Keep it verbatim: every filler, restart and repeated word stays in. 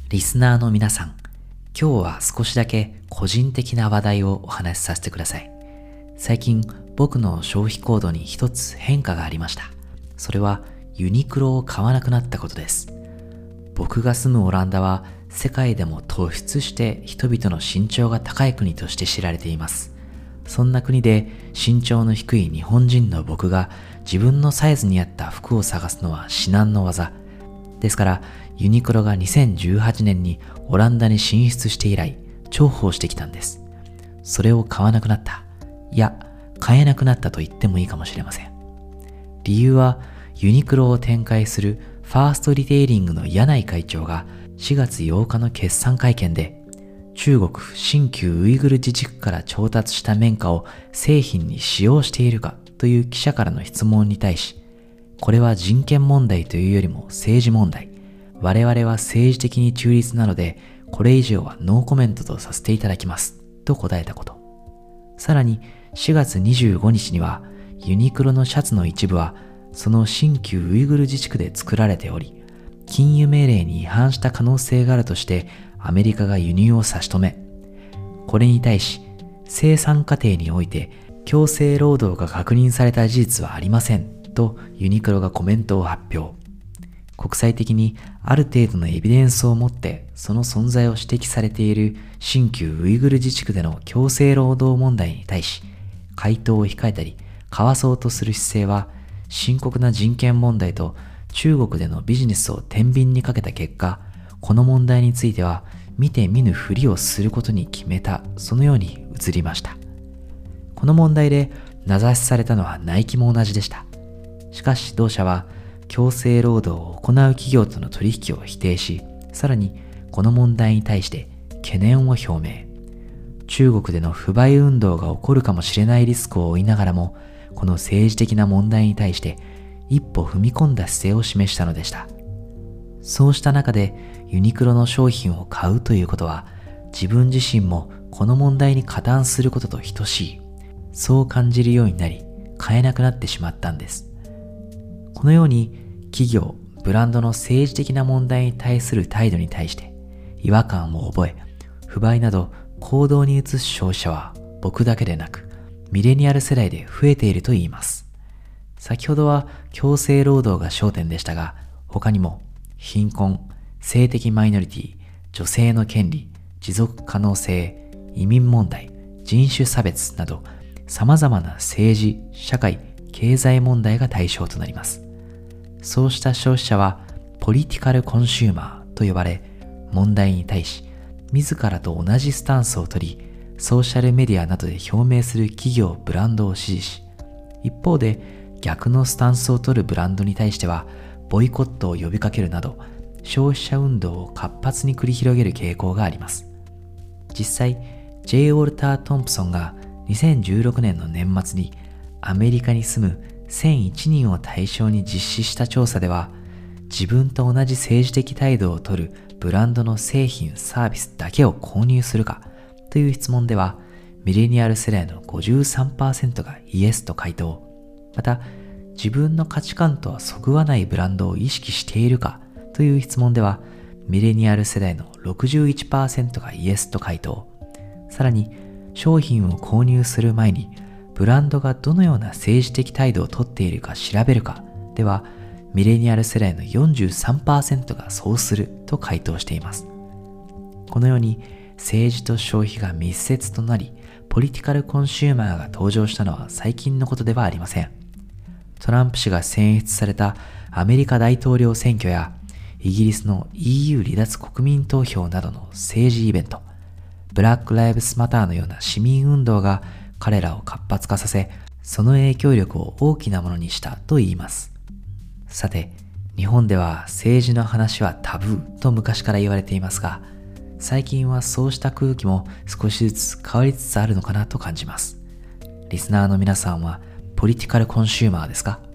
リスナーの皆さん、今日は少しだけ個人的な話題をお話しさせてください。最近、僕の消費行動に一つ変化がありました。それはユニクロを買わなくなったことです。僕が住むオランダは世界でも突出して人々の身長が高い国として知られています。そんな国で身長の低い日本人の僕が自分のサイズに合った服を探すのは至難の業。ですからユニクロがにせんじゅうはちねんにオランダに進出して以来重宝してきたんです。それを買わなくなった。いや、買えなくなったと言ってもいいかもしれません。理由はユニクロを展開するファーストリテイリングの柳井会長がしがつようかの決算会見で中国新旧ウイグル自治区から調達した綿花を製品に使用しているかという記者からの質問に対し、これは人権問題というよりも政治問題。我々は政治的に中立なので、これ以上はノーコメントとさせていただきます。と答えたこと。さらにしがつにじゅうごにちには、ユニクロのシャツの一部は、その新旧ウイグル自治区で作られており、禁輸命令に違反した可能性があるとして、アメリカが輸入を差し止め、これに対し、生産過程において強制労働が確認された事実はありませんとユニクロがコメントを発表。国際的にある程度のエビデンスを持ってその存在を指摘されている新旧ウイグル自治区での強制労働問題に対し、回答を控えたり、かわそうとする姿勢は深刻な人権問題と中国でのビジネスを天秤にかけた結果、この問題については見て見ぬふりをすることに決めた、そのように映りました。この問題で名指しされたのはナイキも同じでした。しかし同社は強制労働を行う企業との取引を否定し、さらにこの問題に対して懸念を表明。中国での不買運動が起こるかもしれないリスクを負いながらも、この政治的な問題に対して一歩踏み込んだ姿勢を示したのでした。そうした中でユニクロの商品を買うということは、自分自身もこの問題に加担することと等しい。そう感じるようになり、買えなくなってしまったんです。このように企業、ブランドの政治的な問題に対する態度に対して違和感を覚え、不買など行動に移す消費者は僕だけでなく、ミレニアル世代で増えていると言います。先ほどは強制労働が焦点でしたが、他にも貧困、性的マイノリティ、女性の権利、持続可能性、移民問題、人種差別など様々な政治、社会、経済問題が対象となります。そうした消費者はポリティカルコンシューマーと呼ばれ、問題に対し自らと同じスタンスを取り、ソーシャルメディアなどで表明する企業、ブランドを支持し、一方で逆のスタンスを取るブランドに対してはボイコットを呼びかけるなど、消費者運動を活発に繰り広げる傾向があります。実際、ジェイ・ウォルター・トンプソンがにせんじゅうろくねんの年末にアメリカに住むせんいちにんを対象に実施した調査では、自分と同じ政治的態度を取るブランドの製品・サービスだけを購入するかという質問では、ミレニアル世代の ごじゅうさんパーセント がイエスと回答。また、自分の価値観とはそぐわないブランドを意識しているかという質問では、ミレニアル世代の ろくじゅういちパーセント がイエスと回答。さらに、商品を購入する前に、ブランドがどのような政治的態度をとっているか調べるかでは、ミレニアル世代の よんじゅうさんパーセント がそうすると回答しています。このように、政治と消費が密接となり、ポリティカルコンシューマーが登場したのは最近のことではありません。トランプ氏が選出されたアメリカ大統領選挙や、イギリスの イーユー 離脱国民投票などの政治イベント、ブラック・ライブスマターのような市民運動が彼らを活発化させ、その影響力を大きなものにしたと言います。さて、日本では政治の話はタブーと昔から言われていますが、最近はそうした空気も少しずつ変わりつつあるのかなと感じます。リスナーの皆さんはポリティカルコンシューマーですか？